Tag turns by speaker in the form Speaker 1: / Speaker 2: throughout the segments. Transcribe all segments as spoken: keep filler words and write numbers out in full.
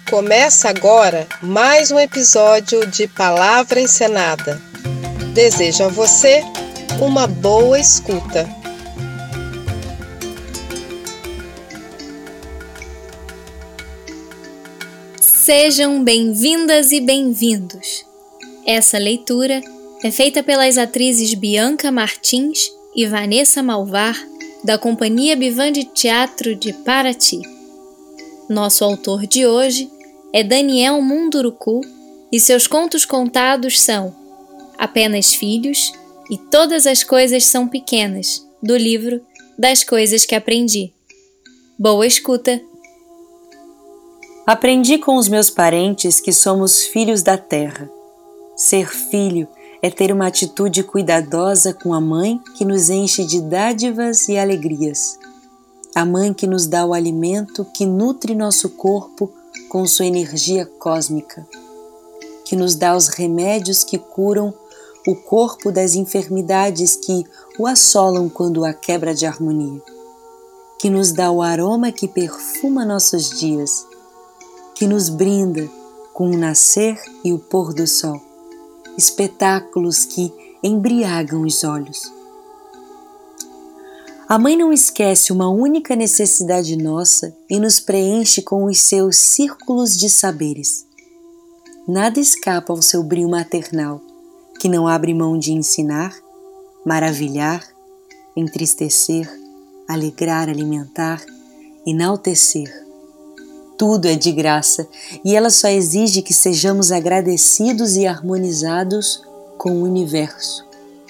Speaker 1: Começa agora mais um episódio de Palavra Encenada. Desejo a você uma boa escuta.
Speaker 2: Sejam bem-vindas e bem-vindos. Essa leitura é feita pelas atrizes Bianca Martins e Vanessa Malvar, da Companhia Bivandi Teatro de Paraty. Nosso autor de hoje é Daniel Munduruku e seus contos contados são Apenas Filhos e Todas as Coisas São Pequenas, do livro Das Coisas que Aprendi. Boa escuta!
Speaker 3: Aprendi com os meus parentes que somos filhos da terra. Ser filho é ter uma atitude cuidadosa com a mãe que nos enche de dádivas e alegrias. A mãe que nos dá o alimento que nutre nosso corpo com sua energia cósmica, que nos dá os remédios que curam o corpo das enfermidades que o assolam quando há quebra de harmonia, que nos dá o aroma que perfuma nossos dias, que nos brinda com o nascer e o pôr do sol, espetáculos que embriagam os olhos. A mãe não esquece uma única necessidade nossa e nos preenche com os seus círculos de saberes. Nada escapa ao seu brio maternal, que não abre mão de ensinar, maravilhar, entristecer, alegrar, alimentar, enaltecer. Tudo é de graça e ela só exige que sejamos agradecidos e harmonizados com o universo.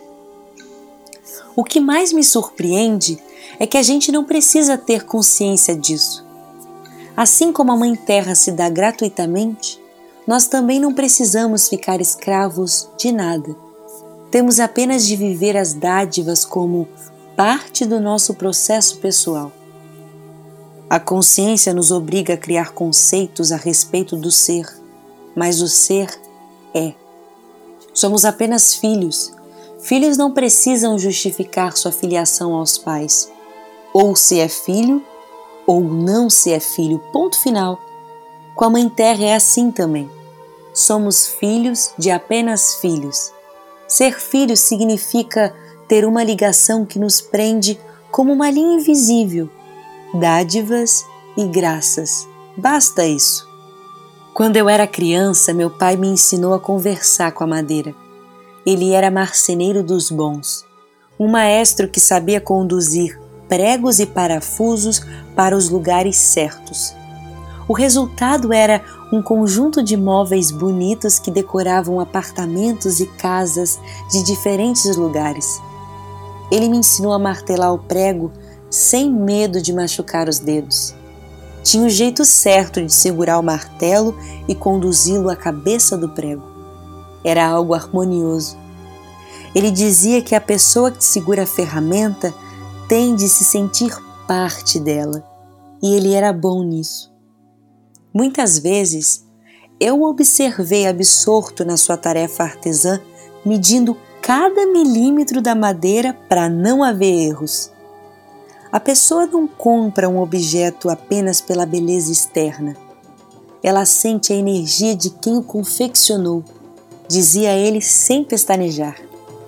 Speaker 3: O que mais me surpreende é que a gente não precisa ter consciência disso. Assim como a Mãe Terra se dá gratuitamente, nós também não precisamos ficar escravos de nada. Temos apenas de viver as dádivas como parte do nosso processo pessoal. A consciência nos obriga a criar conceitos a respeito do ser, mas o ser é. Somos apenas filhos. Filhos não precisam justificar sua filiação aos pais. Ou se é filho, ou não se é filho, ponto final. Com a Mãe Terra é assim também. Somos filhos de apenas filhos. Ser filho significa ter uma ligação que nos prende como uma linha invisível. Dádivas e graças. Basta isso. Quando eu era criança, meu pai me ensinou a conversar com a madeira. Ele era marceneiro dos bons, um maestro que sabia conduzir pregos e parafusos para os lugares certos. O resultado era um conjunto de móveis bonitos que decoravam apartamentos e casas de diferentes lugares. Ele me ensinou a martelar o prego sem medo de machucar os dedos. Tinha o jeito certo de segurar o martelo e conduzi-lo à cabeça do prego. Era algo harmonioso. Ele dizia que a pessoa que segura a ferramenta tem de se sentir parte dela, e ele era bom nisso. Muitas vezes, eu o observei absorto na sua tarefa artesã, medindo cada milímetro da madeira para não haver erros. A pessoa não compra um objeto apenas pela beleza externa. Ela sente a energia de quem o confeccionou, dizia ele sem pestanejar.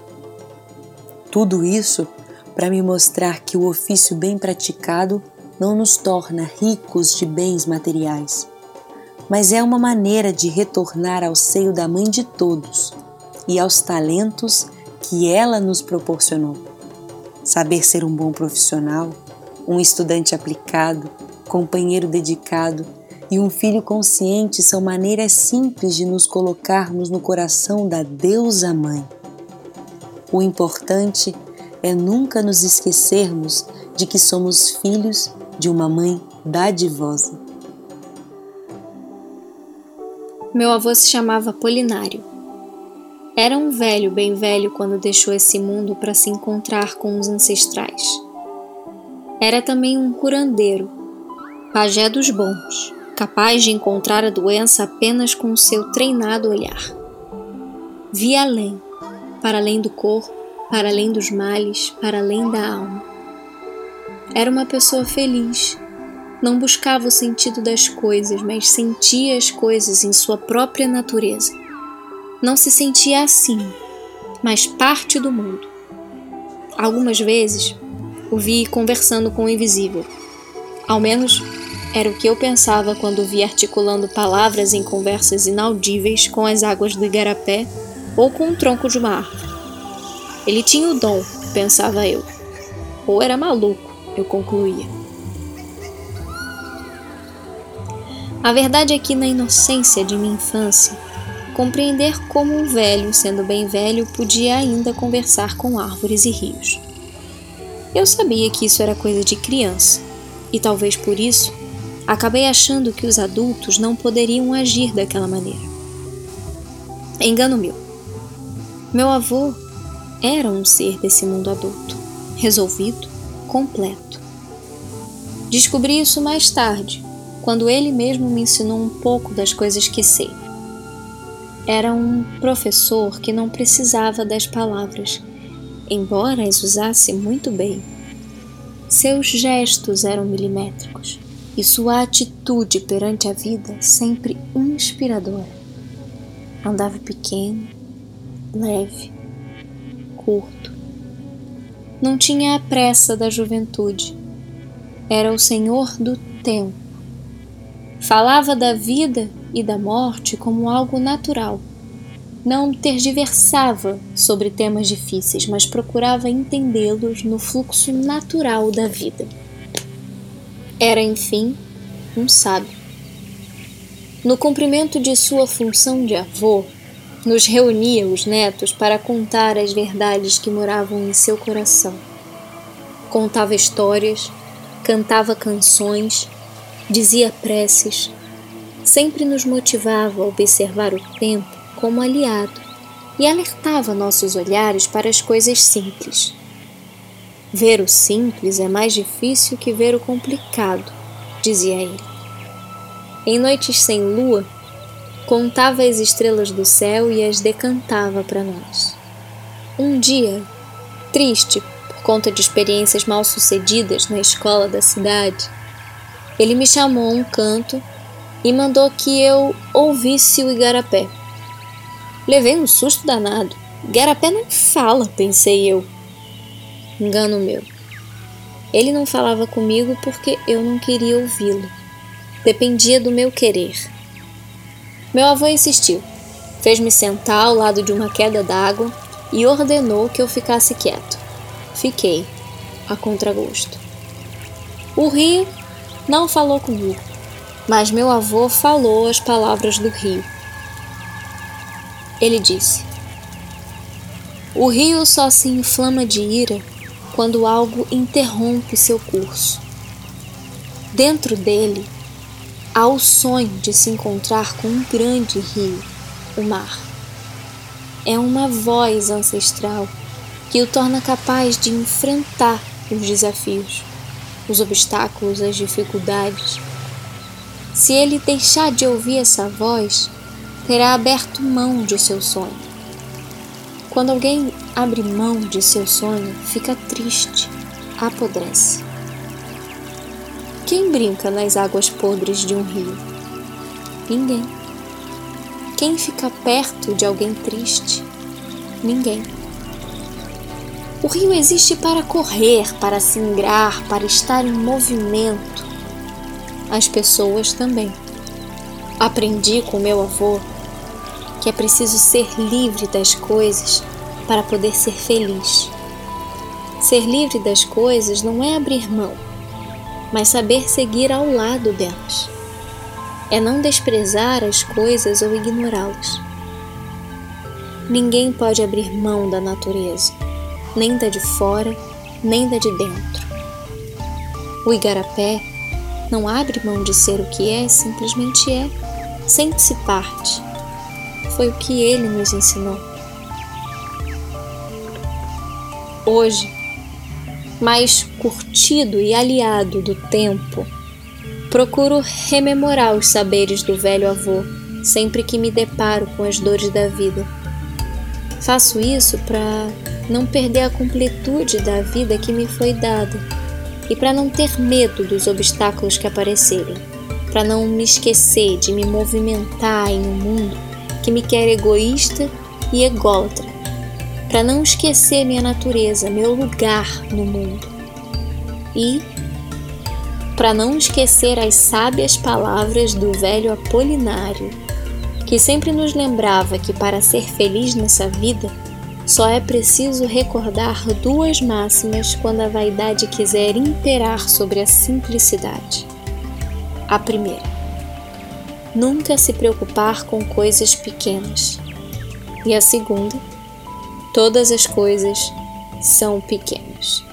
Speaker 3: Tudo isso para me mostrar que o ofício bem praticado não nos torna ricos de bens materiais, mas é uma maneira de retornar ao seio da Mãe de todos e aos talentos que ela nos proporcionou. Saber ser um bom profissional, um estudante aplicado, companheiro dedicado e um filho consciente são maneiras simples de nos colocarmos no coração da Deusa Mãe. O importante é nunca nos esquecermos de que somos filhos de uma mãe dadivosa.
Speaker 2: Meu avô se chamava Apolinário. Era um velho, bem velho, quando deixou esse mundo para se encontrar com os ancestrais. Era também um curandeiro, pajé dos bons, capaz de encontrar a doença apenas com o seu treinado olhar. Via além, para além do corpo, para além dos males, para além da alma. Era uma pessoa feliz, não buscava o sentido das coisas, mas sentia as coisas em sua própria natureza. Não se sentia assim, mas parte do mundo. Algumas vezes o vi conversando com o invisível. Ao menos era o que eu pensava quando o vi articulando palavras em conversas inaudíveis com as águas do igarapé ou com o tronco de uma árvore. Ele tinha o dom, pensava eu. Ou era maluco, eu concluía. A verdade é que, na inocência de minha infância, compreender como um velho, sendo bem velho, podia ainda conversar com árvores e rios. Eu sabia que isso era coisa de criança, e talvez por isso, acabei achando que os adultos não poderiam agir daquela maneira. Engano meu. Meu avô era um ser desse mundo adulto, resolvido, completo. Descobri isso mais tarde, quando ele mesmo me ensinou um pouco das coisas que sei. Era um professor que não precisava das palavras, embora as usasse muito bem. Seus gestos eram milimétricos e sua atitude perante a vida sempre inspiradora. Andava pequeno, leve, curto. Não tinha a pressa da juventude. Era o senhor do tempo. Falava da vida e da morte como algo natural. Não tergiversava sobre temas difíceis, mas procurava entendê-los no fluxo natural da vida. Era, enfim, um sábio. No cumprimento de sua função de avô, nos reunia os netos para contar as verdades que moravam em seu coração. Contava histórias, cantava canções, dizia preces, sempre nos motivava a observar o tempo como aliado e alertava nossos olhares para as coisas simples. Ver o simples é mais difícil que ver o complicado, dizia ele. Em noites sem lua, contava as estrelas do céu e as decantava para nós. Um dia, triste por conta de experiências mal-sucedidas na escola da cidade, ele me chamou a um canto e mandou que eu ouvisse o igarapé. Levei um susto danado. Igarapé não fala, pensei eu. Engano meu. Ele não falava comigo porque eu não queria ouvi-lo. Dependia do meu querer. Meu avô insistiu. Fez-me sentar ao lado de uma queda d'água e ordenou que eu ficasse quieto. Fiquei, a contragosto. O rio não falou comigo, mas meu avô falou as palavras do rio. Ele disse: o rio só se inflama de ira quando algo interrompe seu curso. Dentro dele, há o sonho de se encontrar com um grande rio, o mar. É uma voz ancestral que o torna capaz de enfrentar os desafios, os obstáculos, as dificuldades. Se ele deixar de ouvir essa voz, terá aberto mão de seu sonho. Quando alguém abre mão de seu sonho, fica triste, apodrece. Quem brinca nas águas podres de um rio? Ninguém. Quem fica perto de alguém triste? Ninguém. O rio existe para correr, para singrar, para estar em movimento. As pessoas também. Aprendi com meu avô que é preciso ser livre das coisas para poder ser feliz. Ser livre das coisas não é abrir mão, mas saber seguir ao lado delas. É não desprezar as coisas ou ignorá-las. Ninguém pode abrir mão da natureza, nem da de fora, nem da de dentro. O igarapé não abre mão de ser o que é, simplesmente é, sente-se parte. Foi o que ele nos ensinou. Hoje, mais curtido e aliado do tempo, procuro rememorar os saberes do velho avô sempre que me deparo com as dores da vida. Faço isso para não perder a completude da vida que me foi dada e para não ter medo dos obstáculos que aparecerem, para não me esquecer de me movimentar em um mundo que me quer egoísta e ególatra, para não esquecer minha natureza, meu lugar no mundo, e para não esquecer as sábias palavras do velho Apolinário, que sempre nos lembrava que para ser feliz nessa vida, só é preciso recordar duas máximas quando a vaidade quiser imperar sobre a simplicidade. A primeira: nunca se preocupar com coisas pequenas. E a segunda: todas as coisas são pequenas.